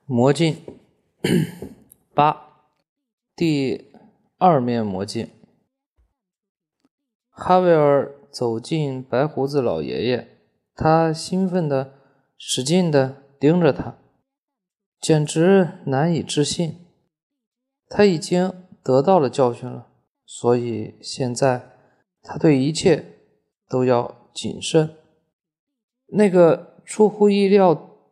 魔镜8第二面魔镜。哈维尔走进白胡子老爷爷，他兴奋地使劲地盯着他，简直难以置信。他已经得到了教训了，所以现在他对一切都要谨慎。那个出乎意料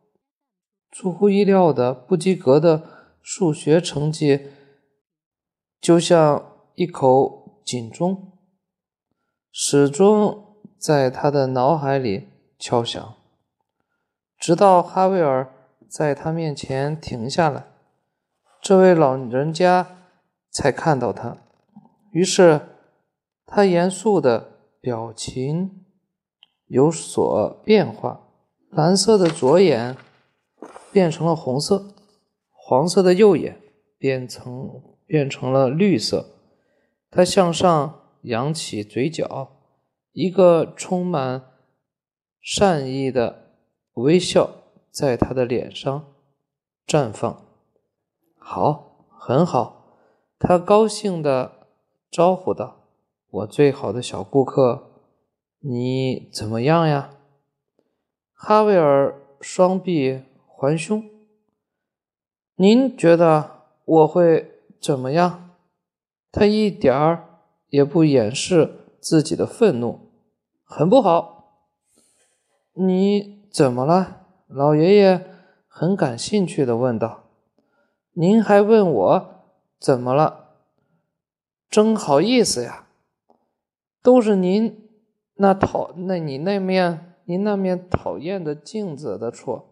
的不及格的数学成绩，就像一口警钟，始终在他的脑海里敲响，直到哈维尔在他面前停下来，这位老人家才看到他。于是他严肃的表情有所变化，蓝色的左眼变成了红色，黄色的右眼变成了绿色。他向上扬起嘴角，一个充满善意的微笑在他的脸上绽放。好，很好，他高兴地招呼道，我最好的小顾客，你怎么样呀？哈维尔双臂环胸，您觉得我会怎么样？他一点儿也不掩饰自己的愤怒。很不好。你怎么了？老爷爷很感兴趣地问道。您还问我怎么了？真好意思呀，都是您您那面讨厌的镜子的错。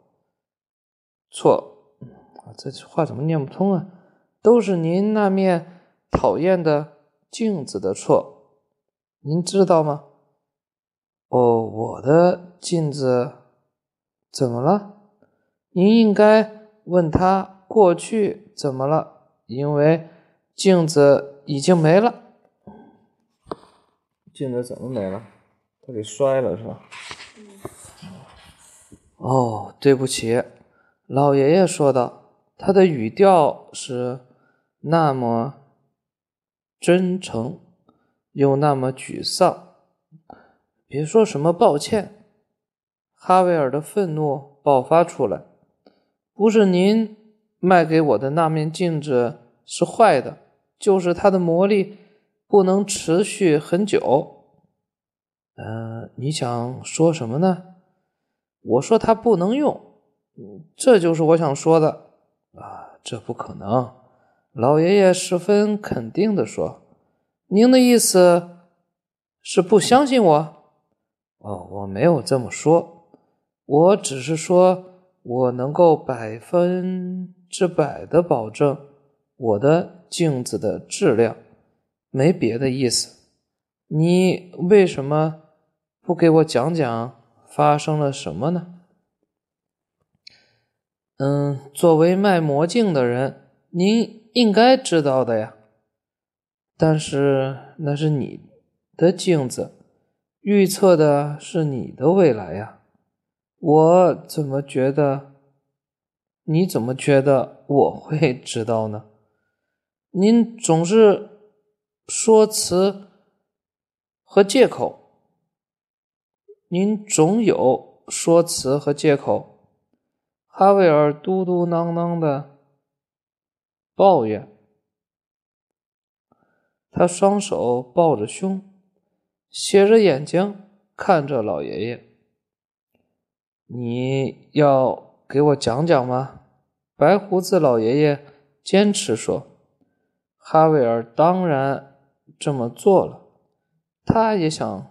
这话怎么念不通啊？都是您那面讨厌的镜子的错，您知道吗？我的镜子怎么了？您应该问他过去怎么了，因为镜子已经没了。镜子怎么没了？他给摔了是吧？哦，对不起，老爷爷说道，他的语调是那么真诚，又那么沮丧。别说什么抱歉。哈维尔的愤怒爆发出来。不是您卖给我的那面镜子是坏的，就是它的魔力不能持续很久。你想说什么呢？我说它不能用，这就是我想说的。这不可能。老爷爷十分肯定地说。您的意思是不相信我？我没有这么说，我只是说我能够100%的保证我的镜子的质量，没别的意思。你为什么不给我讲讲发生了什么呢？作为卖魔镜的人，您应该知道的呀。但是那是你的镜子，预测的是你的未来呀。你怎么觉得我会知道呢？您总是说辞和借口，您总有说辞和借口。哈维尔嘟嘟囔囔的抱怨，他双手抱着胸，斜着眼睛看着老爷爷。你要给我讲讲吗？白胡子老爷爷坚持说。哈维尔当然这么做了，他也想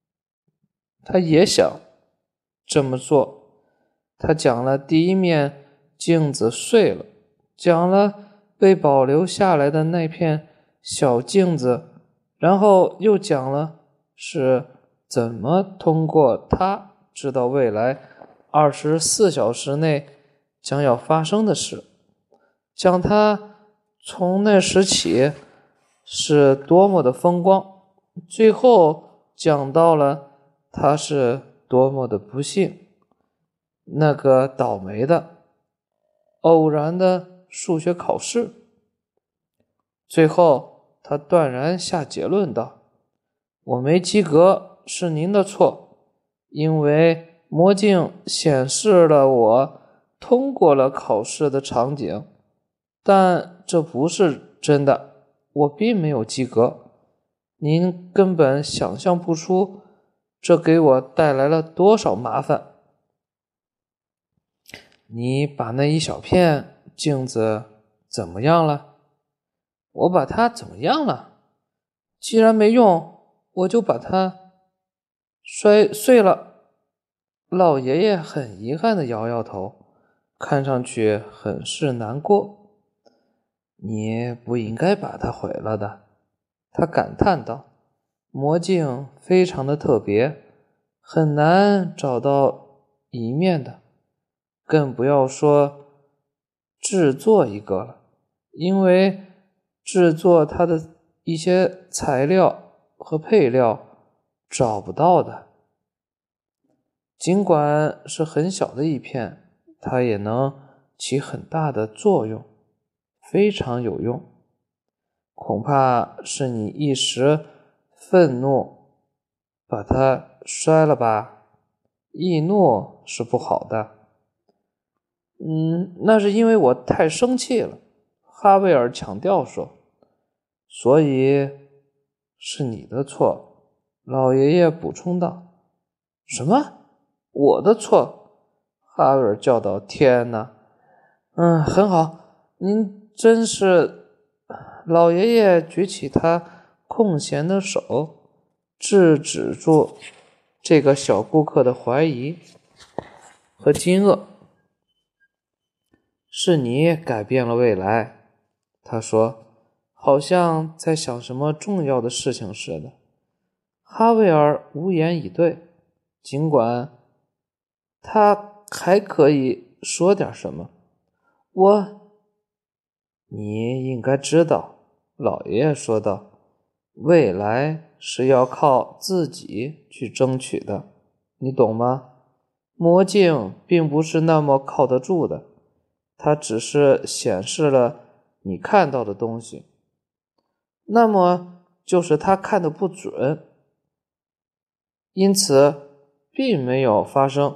这么做。他讲了第一面镜子碎了，讲了被保留下来的那片小镜子，然后又讲了是怎么通过它知道未来24小时内将要发生的事，讲他从那时起是多么的风光，最后讲到了他是多么的不幸，那个倒霉的偶然的数学考试。最后，他断然下结论道：我没及格是您的错，因为魔镜显示了我通过了考试的场景，但这不是真的，我并没有及格。您根本想象不出这给我带来了多少麻烦。你把那一小片镜子怎么样了？我把它怎么样了？既然没用，我就把它摔碎了。老爷爷很遗憾地摇摇头，看上去很是难过。你不应该把它毁了的，他感叹道。魔镜非常的特别，很难找到一面的，更不要说制作一个了，因为制作它的一些材料和配料找不到的。尽管是很小的一片，它也能起很大的作用，非常有用。恐怕是你一时愤怒把它摔了吧？易怒是不好的。那是因为我太生气了，哈维尔强调说。所以是你的错，老爷爷补充道。什么？我的错？哈维尔叫道。天哪！很好，您真是……老爷爷举起他空闲的手，制止住这个小顾客的怀疑和惊愕。是你改变了未来，他说，好像在想什么重要的事情似的。哈维尔无言以对，尽管他还可以说点什么。你应该知道，老爷爷说道，未来是要靠自己去争取的，你懂吗？魔镜并不是那么靠得住的，它只是显示了你看到的东西，那么就是它看得不准，因此并没有发生。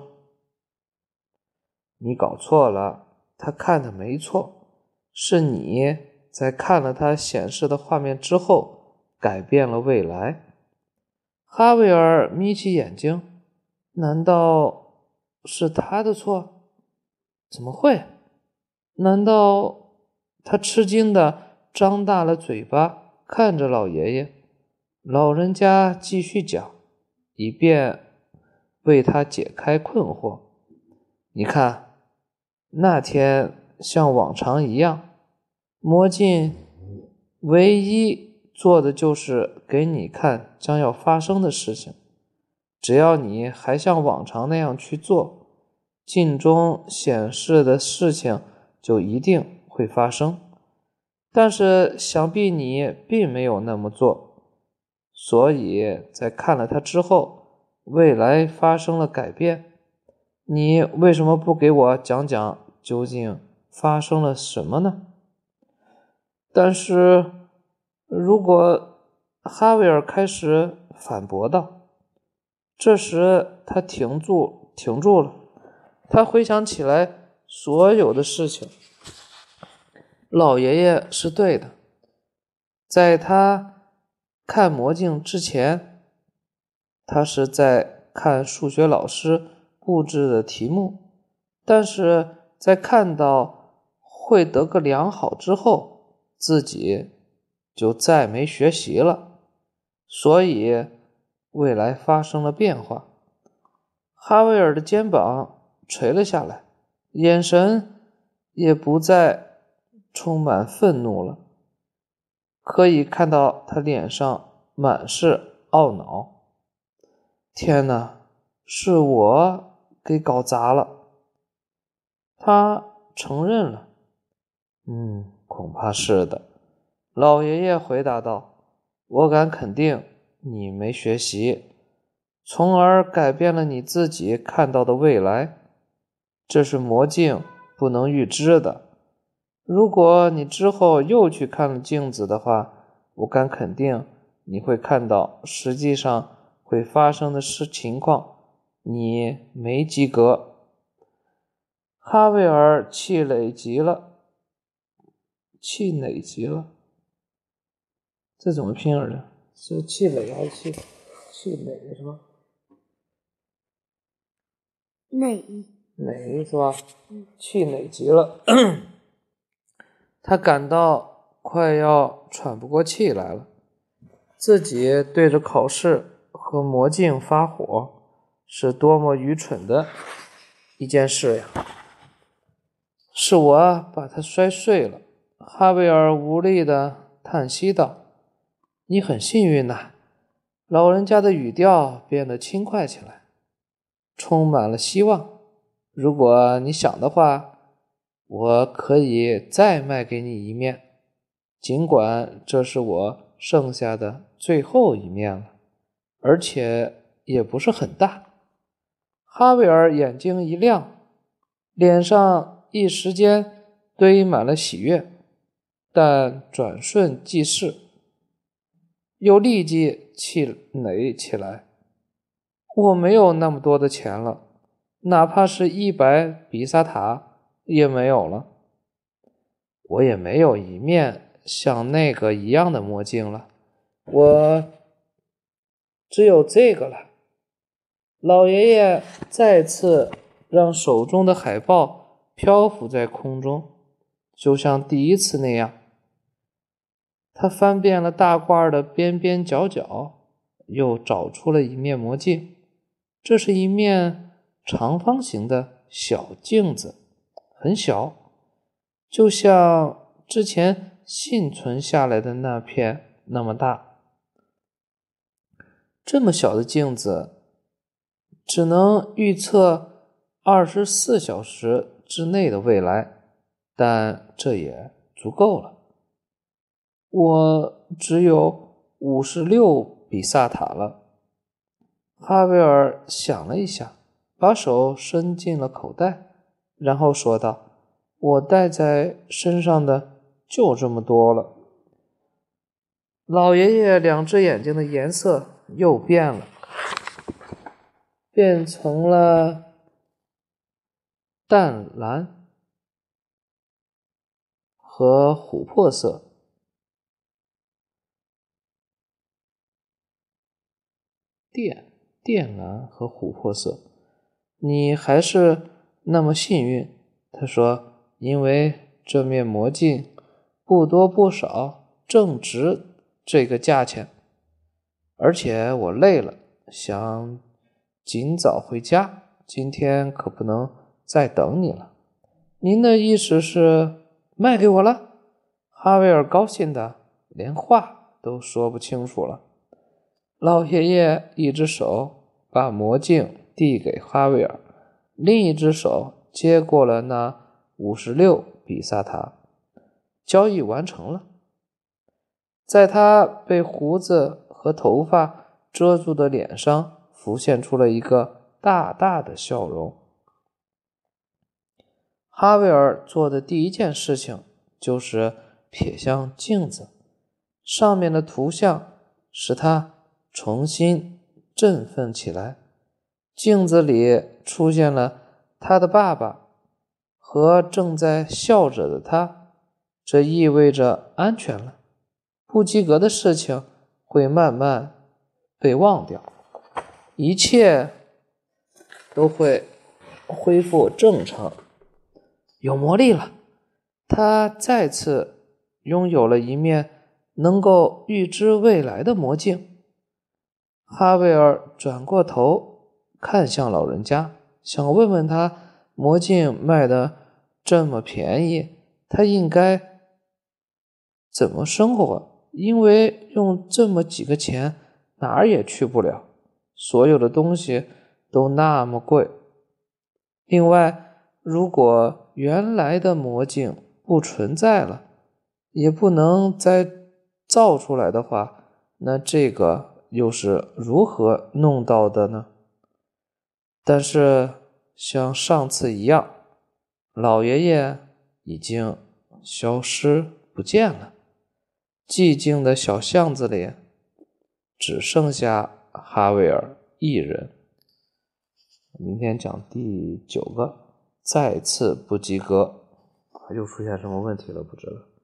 你搞错了，他看的没错，是你在看了它显示的画面之后改变了未来。哈维尔眯起眼睛，难道是他的错？怎么会？难道他吃惊地张大了嘴巴看着老爷爷？老人家继续讲，以便为他解开困惑。你看，那天像往常一样，魔镜唯一做的就是给你看将要发生的事情。只要你还像往常那样去做，镜中显示的事情就一定会发生。但是想必你并没有那么做，所以在看了它之后，未来发生了改变。你为什么不给我讲讲究竟发生了什么呢？但是如果哈维尔开始反驳道，这时他停住了，他回想起来所有的事情。老爷爷是对的，在他看魔镜之前，他是在看数学老师布置的题目，但是在看到会得个良好之后，自己就再没学习了，所以未来发生了变化。哈维尔的肩膀垂了下来，眼神也不再充满愤怒了，可以看到他脸上满是懊恼。天哪，是我给搞砸了。他承认了。恐怕是的，老爷爷回答道。我敢肯定你没学习，从而改变了你自己看到的未来。这是魔镜不能预知的。如果你之后又去看了镜子的话，我敢肯定你会看到实际上会发生的情况，你没及格。哈维尔气馁极了，这怎么拼儿的？是气馁还是气馁是吧？馁是吧？气馁极了，他感到快要喘不过气来了，自己对着考试和魔镜发火，是多么愚蠢的一件事呀！是我把它摔碎了。哈维尔无力地叹息道：“你很幸运呐。”老人家的语调变得轻快起来，充满了希望。如果你想的话，我可以再卖给你一面，尽管这是我剩下的最后一面了，而且也不是很大。哈维尔眼睛一亮，脸上一时间堆满了喜悦，但转瞬即逝，又立即气馁起来。我没有那么多的钱了，哪怕是100比萨塔也没有了。我也没有一面像那个一样的魔镜了，我只有这个了。老爷爷再次让手中的海报漂浮在空中，就像第一次那样。他翻遍了大褂的边边角角，又找出了一面魔镜。这是一面长方形的小镜子，很小，就像之前幸存下来的那片那么大。这么小的镜子只能预测24小时之内的未来，但这也足够了。我只有56比萨塔了。哈维尔想了一下，把手伸进了口袋，然后说道：“我带在身上的就这么多了。”老爷爷两只眼睛的颜色又变了，变成了淡蓝和琥珀色。靛蓝和琥珀色。你还是那么幸运，他说，因为这面魔镜不多不少，正值这个价钱。而且我累了，想尽早回家，今天可不能再等你了。您的意思是卖给我了？哈维尔高兴的连话都说不清楚了。老爷爷一只手把魔镜递给哈维尔，另一只手接过了那56比萨塔。交易完成了。在他被胡子和头发遮住的脸上浮现出了一个大大的笑容。哈维尔做的第一件事情就是瞥向镜子，上面的图像使他重新振奋起来。镜子里出现了他的爸爸和正在笑着的他，这意味着安全了。不及格的事情会慢慢被忘掉，一切都会恢复正常。有魔力了，他再次拥有了一面能够预知未来的魔镜。哈维尔转过头看向老人家，想问问他，魔镜卖得这么便宜，他应该怎么生活？因为用这么几个钱哪儿也去不了，所有的东西都那么贵。另外，如果原来的魔镜不存在了，也不能再造出来的话，那这个又是如何弄到的呢？但是像上次一样， 老爷爷已经消失不见了，寂静的小巷子里只剩下哈维尔一人。明天讲第9个，再次不及格，又出现什么问题了不知道。